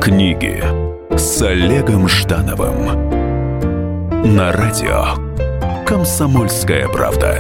Книги с Олегом Ждановым на радио «Комсомольская правда».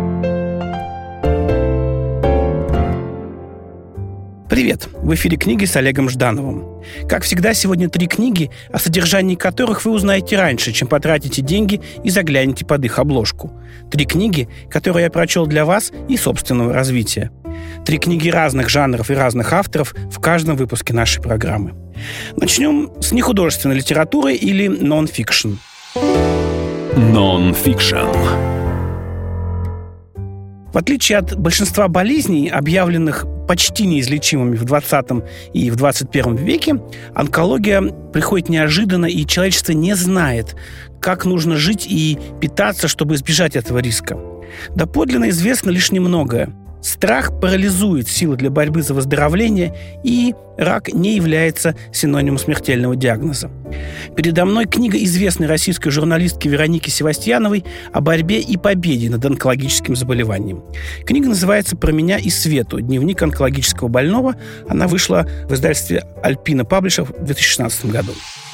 Привет! В эфире «Книги» с Олегом Ждановым. Как всегда, сегодня 3 книги, о содержании которых вы узнаете раньше, чем потратите деньги и заглянете под их обложку. 3 книги, которые я прочел для вас и собственного развития. 3 книги разных жанров и разных авторов в каждом выпуске нашей программы. Начнем с нехудожественной литературы или нон-фикшн. Нон-фикшн. В отличие от большинства болезней, объявленных почти неизлечимыми в 20 и в 21 веке, онкология приходит неожиданно, и человечество не знает, как нужно жить и питаться, чтобы избежать этого риска. Доподлинно известно лишь немногое. Страх парализует силы для борьбы за выздоровление, и рак не является синонимом смертельного диагноза. Передо мной книга известной российской журналистки Вероники Севастьяновой о борьбе и победе над онкологическим заболеванием. Книга называется «Про меня и Свету. Дневник онкологического больного». Она вышла в издательстве Альпина Паблишер в 2016 году.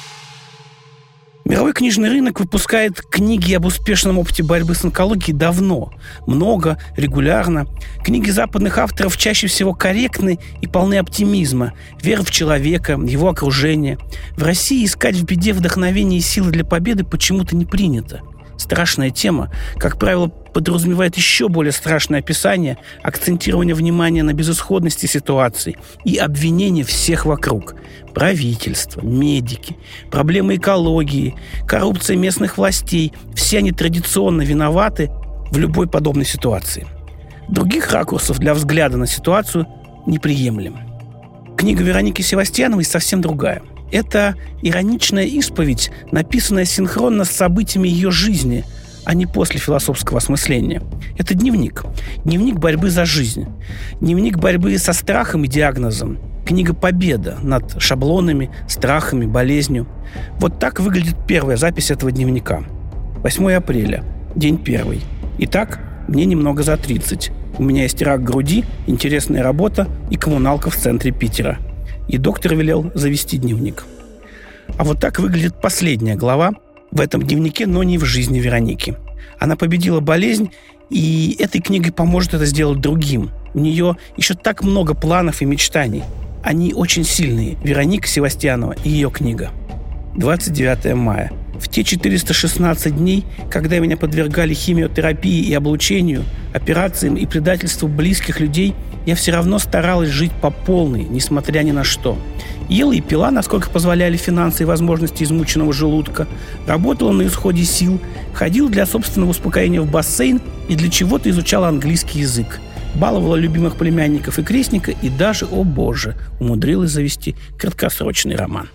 Мировой книжный рынок выпускает книги об успешном опыте борьбы с онкологией давно, много, регулярно. Книги западных авторов чаще всего корректны и полны оптимизма, веры в человека, его окружение. В России искать в беде вдохновение и силы для победы почему-то не принято. Страшная тема, как правило, подразумевает еще более страшное описание, акцентирование внимания на безысходности ситуации и обвинение всех вокруг. Правительство, медики, проблемы экологии, коррупция местных властей – все они традиционно виноваты в любой подобной ситуации. Других ракурсов для взгляда на ситуацию неприемлем. Книга Вероники Севастьяновой совсем другая. Это ироничная исповедь, написанная синхронно с событиями ее жизни, а не после философского осмысления. Это дневник. Дневник борьбы за жизнь. Дневник борьбы со страхом и диагнозом. Книга «Победа» над шаблонами, страхами, болезнью. Вот так выглядит первая запись этого дневника. 8 апреля. День первый. Итак, мне немного за 30. У меня есть рак груди, интересная работа и коммуналка в центре Питера. И доктор велел завести дневник. А вот так выглядит последняя глава в этом дневнике, но не в жизни Вероники. Она победила болезнь, и этой книгой поможет это сделать другим. У нее еще так много планов и мечтаний. Они очень сильные. Вероника Севастьянова и ее книга. 29 мая. В те 416 дней, когда меня подвергали химиотерапии и облучению, операциям и предательству близких людей, я все равно старалась жить по полной, несмотря ни на что. Ела и пила, насколько позволяли финансы и возможности измученного желудка, работала на исходе сил, ходила для собственного успокоения в бассейн и для чего-то изучала английский язык. Баловала любимых племянников и крестника и даже, о боже, умудрилась завести краткосрочный роман.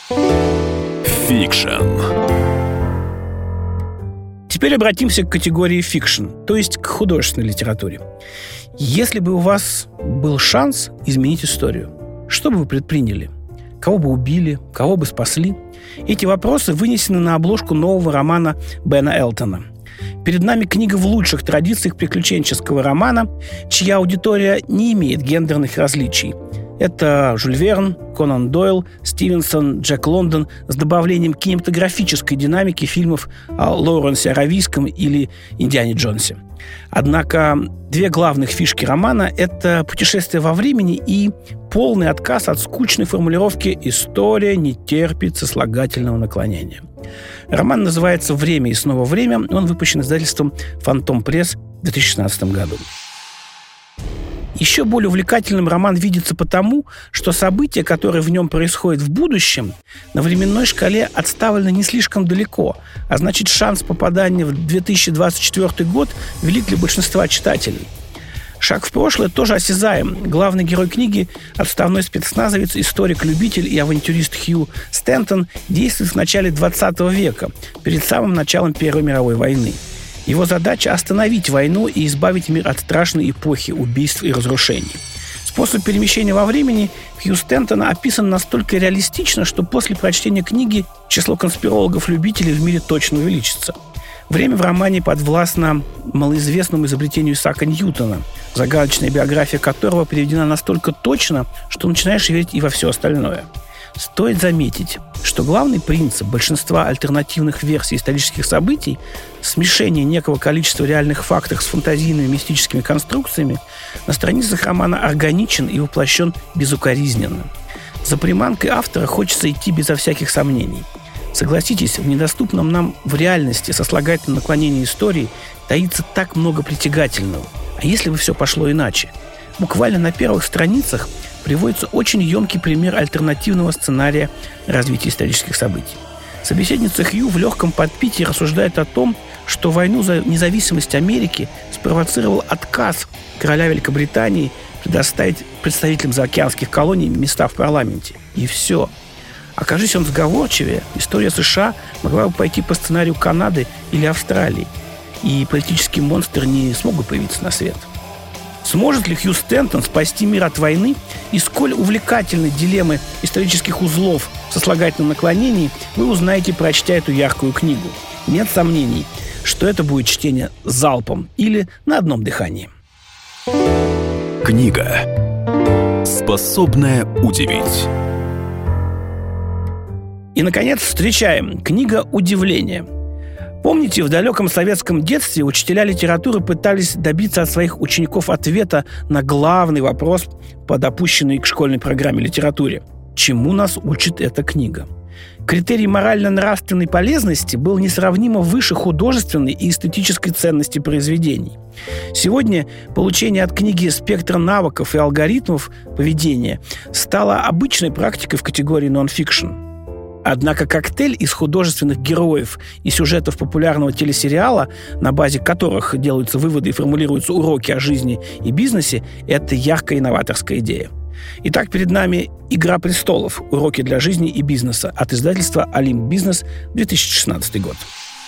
Фикшн. Теперь обратимся к категории фикшн, то есть к художественной литературе. Если бы у вас был шанс изменить историю, что бы вы предприняли? Кого бы убили? Кого бы спасли? Эти вопросы вынесены на обложку нового романа Бена Элтона. Перед нами книга в лучших традициях приключенческого романа, чья аудитория не имеет гендерных различий. Это Жюль Верн, Конан Дойл, Стивенсон, Джек Лондон с добавлением кинематографической динамики фильмов о Лоуренсе Аравийском или Индиане Джонсе. Однако 2 главных фишки романа – это путешествие во времени и полный отказ от скучной формулировки «история не терпит сослагательного наклонения». Роман называется «Время и снова время». Он выпущен издательством «Фантом Пресс» в 2016 году. Еще более увлекательным роман видится потому, что события, которые в нем происходят в будущем, на временной шкале отставлены не слишком далеко, а значит, шанс попадания в 2024 год велик для большинства читателей. Шаг в прошлое тоже осязаем. Главный герой книги – отставной спецназовец, историк-любитель и авантюрист Хью Стентон действует в начале 20 века, перед самым началом Первой мировой войны. Его задача – остановить войну и избавить мир от страшной эпохи убийств и разрушений. Способ перемещения во времени Хью Стентона описан настолько реалистично, что после прочтения книги число конспирологов-любителей в мире точно увеличится. Время в романе подвластно малоизвестному изобретению Исаака Ньютона, загадочная биография которого переведена настолько точно, что начинаешь верить и во все остальное. Стоит заметить, что главный принцип большинства альтернативных версий исторических событий – смешение некого количества реальных фактов с фантазийными мистическими конструкциями – на страницах романа органичен и воплощен безукоризненно. За приманкой автора хочется идти безо всяких сомнений. Согласитесь, в недоступном нам в реальности сослагательном наклонении истории таится так много притягательного. А если бы все пошло иначе? Буквально на первых страницах приводится очень емкий пример альтернативного сценария развития исторических событий. Собеседница Хью в легком подпитии рассуждает о том, что войну за независимость Америки спровоцировал отказ короля Великобритании предоставить представителям заокеанских колоний места в парламенте. И все. Окажись он сговорчивее, история США могла бы пойти по сценарию Канады или Австралии, и политический монстр не смог бы появиться на свет. Сможет ли Хью Стентон спасти мир от войны, и сколь увлекательны дилеммы исторических узлов в сослагательном наклонении, вы узнаете, прочтя эту яркую книгу. Нет сомнений, что это будет чтение залпом или на одном дыхании. Книга, способная удивить. И, наконец, встречаем книга «Удивление». Помните, в далеком советском детстве учителя литературы пытались добиться от своих учеников ответа на главный вопрос по допущенной к школьной программе литературе. Чему нас учит эта книга? Критерий морально-нравственной полезности был несравнимо выше художественной и эстетической ценности произведений. Сегодня получение от книги спектра навыков и алгоритмов поведения стало обычной практикой в категории нон-фикшн. Однако коктейль из художественных героев и сюжетов популярного телесериала, на базе которых делаются выводы и формулируются уроки о жизни и бизнесе, это яркая инноваторская идея. Итак, перед нами «Игра престолов. Уроки для жизни и бизнеса» от издательства «Олимп Бизнес», 2016 год.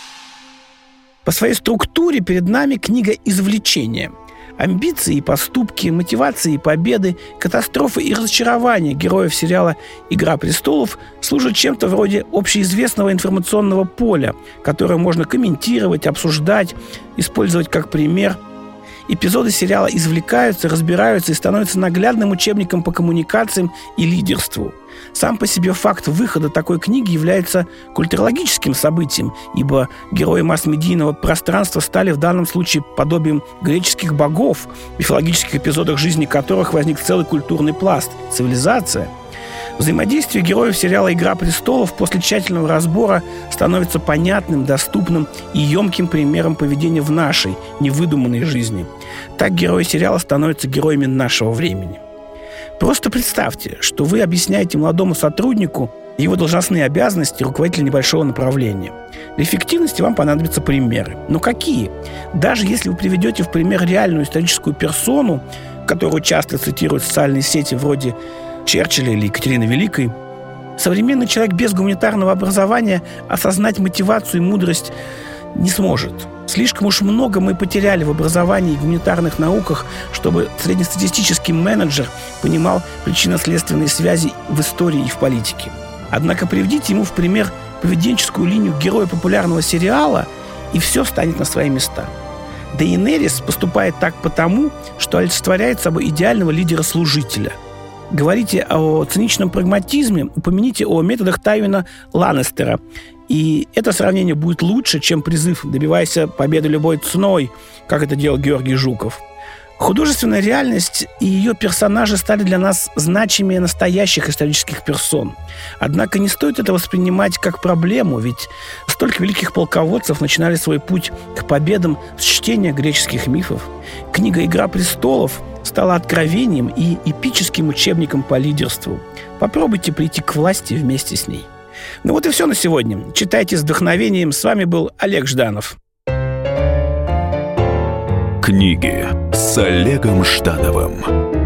По своей структуре перед нами книга извлечения. Амбиции и поступки, мотивации и победы, катастрофы и разочарования героев сериала «Игра престолов» служат чем-то вроде общеизвестного информационного поля, которое можно комментировать, обсуждать, использовать как пример. Эпизоды сериала извлекаются, разбираются и становятся наглядным учебником по коммуникациям и лидерству. Сам по себе факт выхода такой книги является культурологическим событием, ибо герои масс-медийного пространства стали в данном случае подобием греческих богов, в мифологических эпизодах жизни которых возник целый культурный пласт – цивилизация. Взаимодействие героев сериала «Игра престолов» после тщательного разбора становится понятным, доступным и емким примером поведения в нашей, невыдуманной жизни. Так герои сериала становятся героями нашего времени. Просто представьте, что вы объясняете молодому сотруднику его должностные обязанности руководителя небольшого направления. Для эффективности вам понадобятся примеры. Но какие? Даже если вы приведете в пример реальную историческую персону, которую часто цитируют в социальные сети вроде Черчилля или Екатерины Великой, современный человек без гуманитарного образования осознать мотивацию и мудрость не сможет. Слишком уж много мы потеряли в образовании и гуманитарных науках, чтобы среднестатистический менеджер понимал причинно-следственные связи в истории и в политике. Однако приведите ему в пример поведенческую линию героя популярного сериала, и все станет на свои места. Дейенерис поступает так потому, что олицетворяет собой идеального лидера-служителя. Говорите о циничном прагматизме, упомяните о методах Тайвина Ланнистера. И это сравнение будет лучше, чем призыв «добивайся победы любой ценой», как это делал Георгий Жуков. Художественная реальность и ее персонажи стали для нас значимее настоящих исторических персон. Однако не стоит это воспринимать как проблему, ведь столько великих полководцев начинали свой путь к победам с чтения греческих мифов. Книга «Игра престолов» стала откровением и эпическим учебником по лидерству. Попробуйте прийти к власти вместе с ней. Ну вот и все на сегодня. Читайте с вдохновением. С вами был Олег Жданов. Книги с Олегом Ждановым.